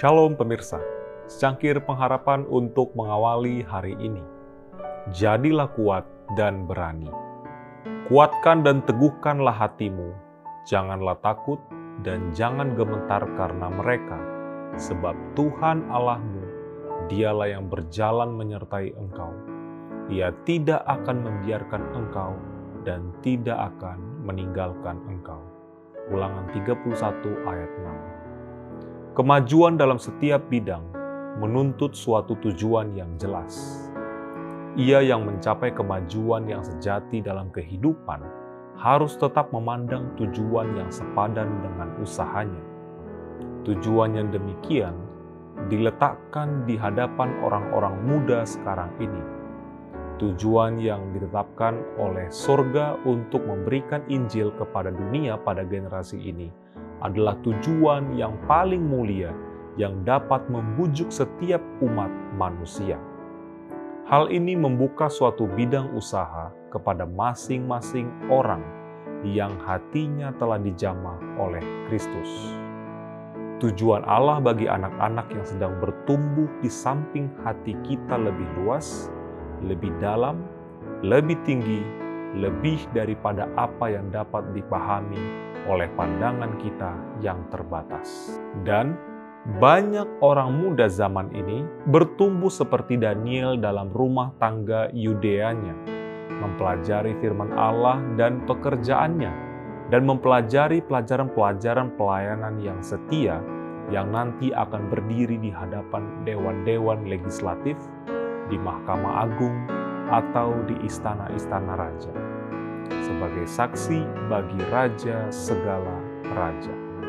Shalom pemirsa, secangkir pengharapan untuk mengawali hari ini. Jadilah kuat dan berani. Kuatkan dan teguhkanlah hatimu, janganlah takut dan jangan gemetar karena mereka, sebab Tuhan Allahmu, Dialah yang berjalan menyertai engkau. Ia tidak akan membiarkan engkau dan tidak akan meninggalkan engkau. Ulangan 31 ayat 6. Kemajuan dalam setiap bidang menuntut suatu tujuan yang jelas. Ia yang mencapai kemajuan yang sejati dalam kehidupan harus tetap memandang tujuan yang sepadan dengan usahanya. Tujuan yang demikian diletakkan di hadapan orang-orang muda sekarang ini. Tujuan yang ditetapkan oleh surga untuk memberikan Injil kepada dunia pada generasi ini adalah tujuan yang paling mulia yang dapat membujuk setiap umat manusia. Hal ini membuka suatu bidang usaha kepada masing-masing orang yang hatinya telah dijamah oleh Kristus. Tujuan Allah bagi anak-anak yang sedang bertumbuh di samping hati kita lebih luas, lebih dalam, lebih tinggi, lebih daripada apa yang dapat dipahami oleh pandangan kita yang terbatas. Dan banyak orang muda zaman ini bertumbuh seperti Daniel dalam rumah tangga Yudeanya, mempelajari firman Allah dan pekerjaannya, dan mempelajari pelajaran-pelajaran pelayanan yang setia yang nanti akan berdiri di hadapan dewan-dewan legislatif, di Mahkamah Agung, atau di istana-istana raja, sebagai saksi bagi raja segala raja.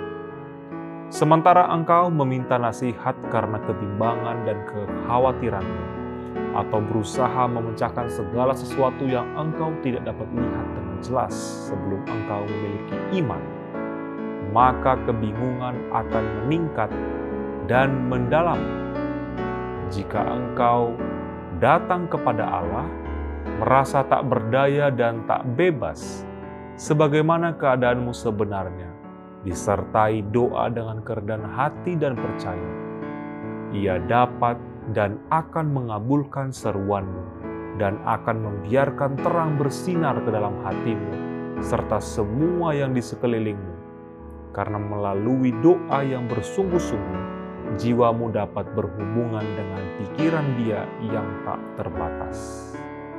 Sementara engkau meminta nasihat karena kebimbangan dan kekhawatiranmu, atau berusaha memecahkan segala sesuatu yang engkau tidak dapat lihat dengan jelas sebelum engkau memiliki iman, maka kebingungan akan meningkat dan mendalam. Jika engkau datang kepada Allah, merasa tak berdaya dan tak bebas, sebagaimana keadaanmu sebenarnya, disertai doa dengan kerendahan hati dan percaya, Ia dapat dan akan mengabulkan seruanmu dan akan membiarkan terang bersinar ke dalam hatimu serta semua yang di sekelilingmu. Karena melalui doa yang bersungguh-sungguh, jiwamu dapat berhubungan dengan pikiran Dia yang tak terbatas.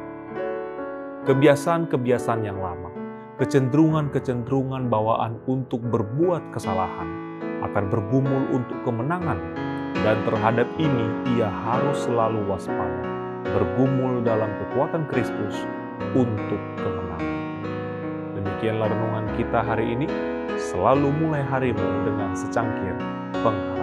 Kebiasaan-kebiasaan yang lama, kecenderungan-kecenderungan bawaan untuk berbuat kesalahan akan bergumul untuk kemenangan, dan terhadap ini ia harus selalu waspada, bergumul dalam kekuatan Kristus untuk kemenangan. Demikianlah renungan kita hari ini. Selalu mulai harimu dengan secangkir pengharapan.